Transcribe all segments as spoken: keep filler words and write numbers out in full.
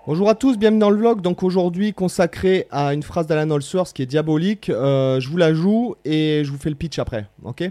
Bonjour à tous, bienvenue dans le vlog. Donc aujourd'hui consacré à une phrase d'Alan Allsworth qui est diabolique. Euh, je vous la joue et je vous fais le pitch après, ok?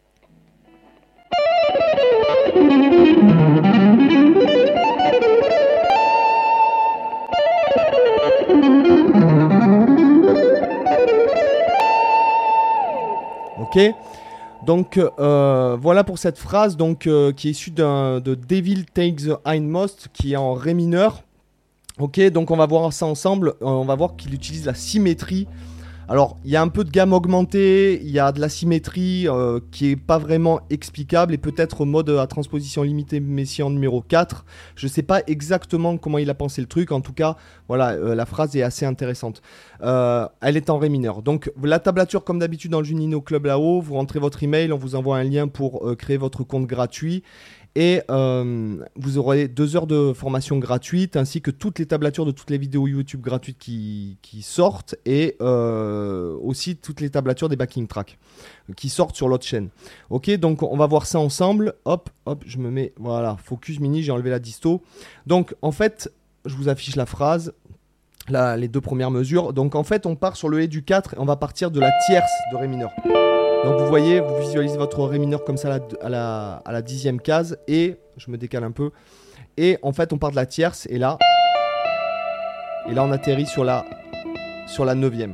Ok. Donc euh, voilà pour cette phrase donc, euh, qui est issue d'un, de Devil Takes the Hindmost qui est en Ré mineur. Ok, donc on va voir ça ensemble. Euh, on va voir qu'il utilise la symétrie. Alors, il y a un peu de gamme augmentée, il y a de la symétrie euh, qui est pas vraiment explicable et peut-être mode à transposition limitée messiaen numéro quatre. Je sais pas exactement comment il a pensé le truc, en tout cas, voilà, euh, la phrase est assez intéressante. Euh, elle est en Ré mineur. Donc, la tablature, comme d'habitude dans le Junino Club là-haut, vous rentrez votre email, on vous envoie un lien pour euh, créer votre compte gratuit. Et euh, vous aurez deux heures de formation gratuite ainsi que toutes les tablatures de toutes les vidéos YouTube gratuites qui, qui sortent et euh, aussi toutes les tablatures des backing tracks qui sortent sur l'autre chaîne. Ok, donc on va voir ça ensemble. Hop, hop, je me mets, voilà, focus mini, j'ai enlevé la disto. Donc en fait, je vous affiche la phrase, là, les deux premières mesures. Donc en fait, on part sur le Hé du quatre et on va partir de la tierce de Ré mineur. Donc vous voyez, vous visualisez votre Ré mineur comme ça à la, à, la, à la dixième case et, je me décale un peu, et en fait on part de la tierce et là, et là on atterrit sur la, sur la neuvième.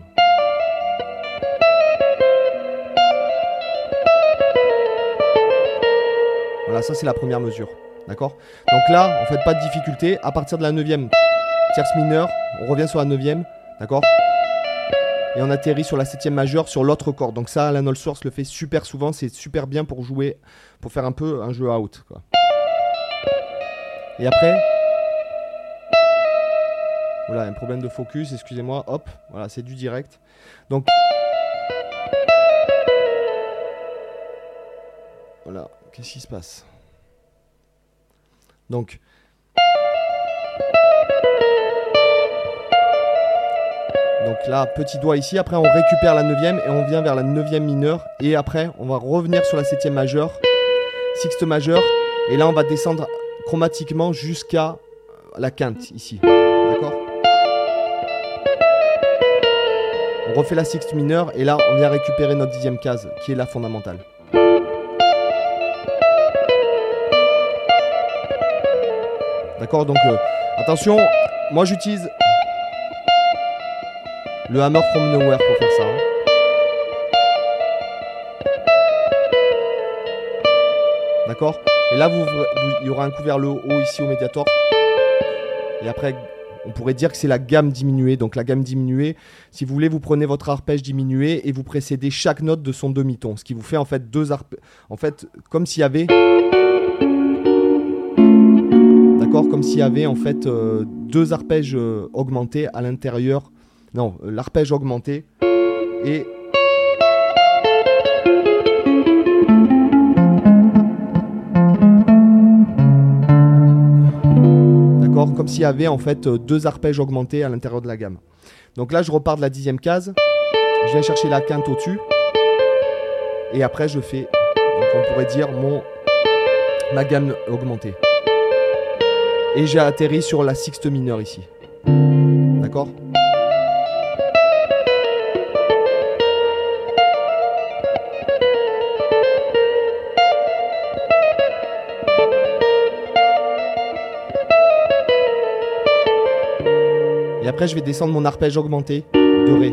Voilà, ça c'est la première mesure, d'accord? Donc là, en fait pas de difficulté, à partir de la neuvième, tierce mineure, on revient sur la neuvième, d'accord? Et on atterrit sur la septième majeure sur l'autre corde. Donc ça, Alan Allsworth le fait super souvent. C'est super bien pour jouer, pour faire un peu un jeu out, quoi. Et après, voilà, un problème de focus, excusez-moi. Hop, voilà, c'est du direct. Donc, voilà, qu'est-ce qui se passe? Donc, Donc là, petit doigt ici, après on récupère la neuvième et on vient vers la neuvième mineure. Et après, on va revenir sur la septième majeure, sixte majeure. Et là, on va descendre chromatiquement jusqu'à la quinte, ici. D'accord? On refait la sixte mineure et là, on vient récupérer notre dixième case, qui est la fondamentale. D'accord? Donc, euh, attention, moi j'utilise le Hammer from Nowhere pour faire ça. Hein. D'accord? Et là, vous, vous, il y aura un coup vers le haut ici au médiator. Et après, on pourrait dire que c'est la gamme diminuée. Donc la gamme diminuée, si vous voulez, vous prenez votre arpège diminué et vous précédez chaque note de son demi-ton. Ce qui vous fait en fait deux arpèges. En fait, comme s'il y avait... D'accord? Comme s'il y avait en fait euh, deux arpèges euh, augmentés à l'intérieur. Non, euh, l'arpège augmenté et d'accord, comme s'il y avait en fait deux arpèges augmentés à l'intérieur de la gamme. Donc là, je repars de la dixième case, je viens chercher la quinte au-dessus et après je fais, donc on pourrait dire mon ma gamme augmentée. Et j'ai atterri sur la sixte mineure ici. D'accord ? Et après, je vais descendre mon arpège augmenté de Ré.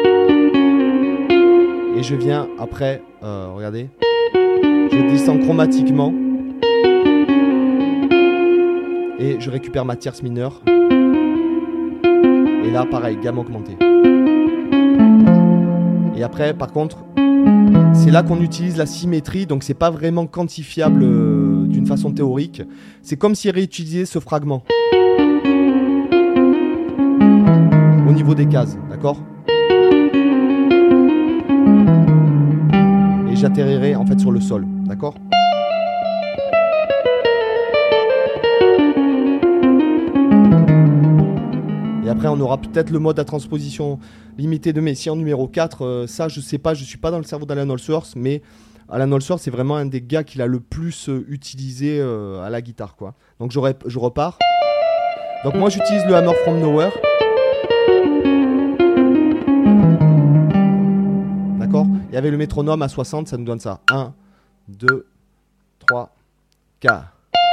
Et je viens après, euh, regardez, je descends chromatiquement. Et je récupère ma tierce mineure. Et là, pareil, gamme augmentée. Et après, par contre, c'est là qu'on utilise la symétrie. Donc, c'est pas vraiment quantifiable euh, d'une façon théorique. C'est comme si réutilisait ce fragment. Au niveau des cases, d'accord? Et j'atterrirai en fait sur le sol, d'accord? Et après on aura peut-être le mode à transposition limitée de messiaen numéro quatre. Euh, ça je sais pas, je suis pas dans le cerveau d'Alan Allsworth, mais Alan Allsworth c'est vraiment un des gars qu'il a le plus euh, utilisé euh, à la guitare, quoi. Donc je repars. Donc moi j'utilise le Hammer from Nowhere. D'accord. Et avec le métronome à soixante, ça nous donne ça. un, deux, trois, quatre.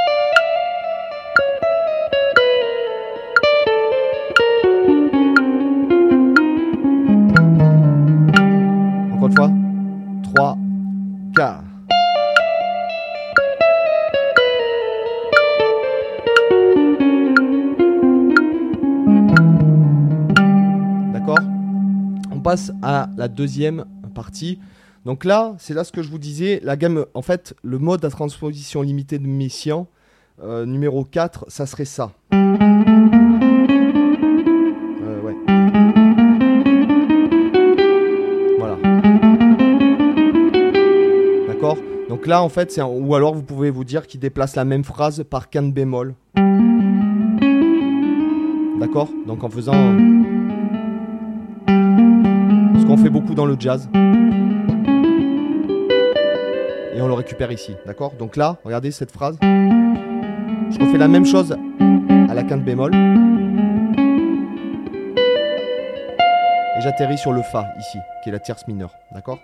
Encore une fois. trois, quatre. D'accord. On passe à la deuxième partie. Donc là, c'est là ce que je vous disais, la gamme, en fait, le mode à transposition limitée de Messiaen, euh, numéro quatre, ça serait ça. Euh, ouais. Voilà. D'accord. Donc là, en fait, c'est un... ou alors vous pouvez vous dire qu'il déplace la même phrase par quinte bémol. D'accord. Donc en faisant ce qu'on fait beaucoup dans le jazz. Et on le récupère ici, d'accord? Donc là, regardez cette phrase. Je refais la même chose à la quinte bémol. Et j'atterris sur le Fa, ici, qui est la tierce mineure, d'accord?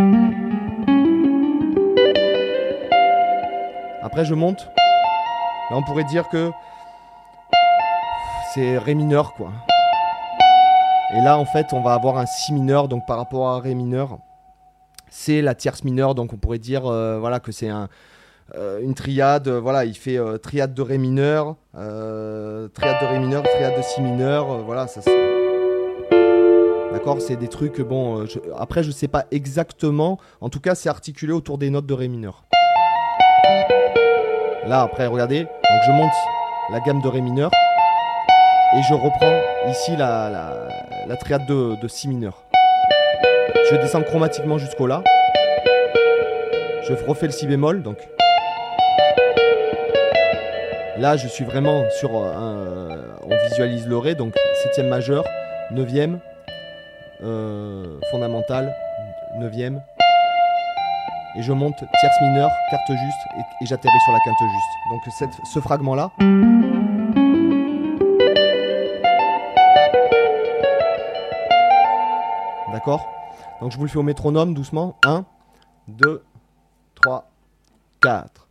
Après, je monte. Là, on pourrait dire que c'est Ré mineur, quoi. Et là, en fait, on va avoir un Si mineur, donc par rapport à Ré mineur, c'est la tierce mineure, donc on pourrait dire euh, voilà, que c'est un, euh, une triade, euh, voilà, il fait euh, triade de Ré mineur, euh, triade de Ré mineur, triade de Si mineur, euh, voilà, ça c'est... D'accord, c'est des trucs, bon, euh, je... après je sais pas exactement, en tout cas c'est articulé autour des notes de Ré mineur. Là, après, regardez, donc je monte la gamme de Ré mineur, et je reprends ici la, la, la triade de, de Si mineur. Je descends chromatiquement jusqu'au La. Je refais le Si bémol, donc. Là, je suis vraiment sur un... On visualise le Ré, donc septième majeur, neuvième, euh, fondamentale, neuvième. Et je monte tierce mineure, quarte juste, et, et j'atterris sur la quinte juste. Donc cette, ce fragment-là... D'accord? Donc je vous le fais au métronome doucement. un, deux, trois, quatre.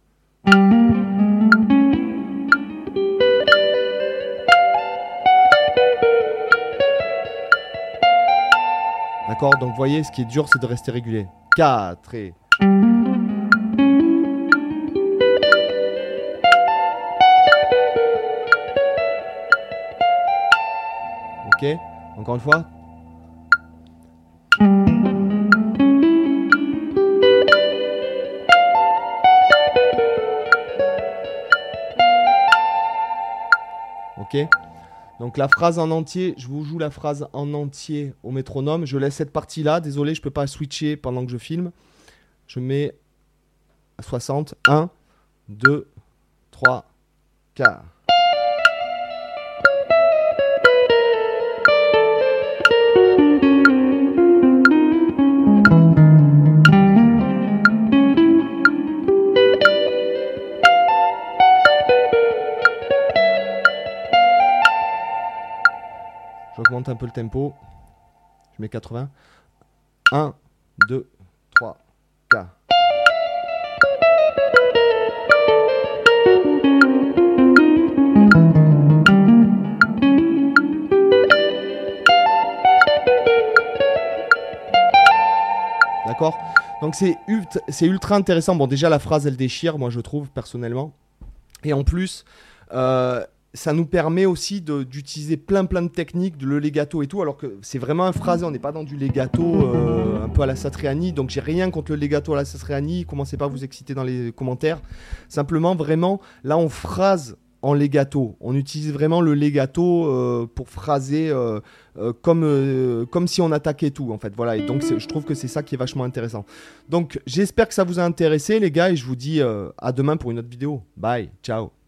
D'accord? Donc vous voyez, ce qui est dur, c'est de rester régulier. quatre et... Ok? Encore une fois. Ok, donc la phrase en entier, je vous joue la phrase en entier au métronome. Je laisse cette partie là, désolé, je ne peux pas switcher pendant que je filme. Je mets à soixante. un, deux, trois, quatre. J'augmente un peu le tempo. Je mets quatre-vingts. un, deux, trois, quatre. D'accord? Donc c'est ultra, c'est ultra intéressant. Bon, déjà la phrase elle déchire, moi je trouve personnellement. Et en plus, euh, ça nous permet aussi d'utiliser plein plein de techniques, de le legato et tout, alors que c'est vraiment un phrasé, on n'est pas dans du legato euh, un peu à la Satriani, donc j'ai rien contre le legato à la Satriani, commencez pas à vous exciter dans les commentaires. Simplement, vraiment, là on phrase en legato, on utilise vraiment le legato euh, pour phraser euh, euh, comme, euh, comme si on attaquait tout en fait, voilà, et donc je trouve que c'est ça qui est vachement intéressant. Donc j'espère que ça vous a intéressé les gars, et je vous dis euh, à demain pour une autre vidéo. Bye, ciao.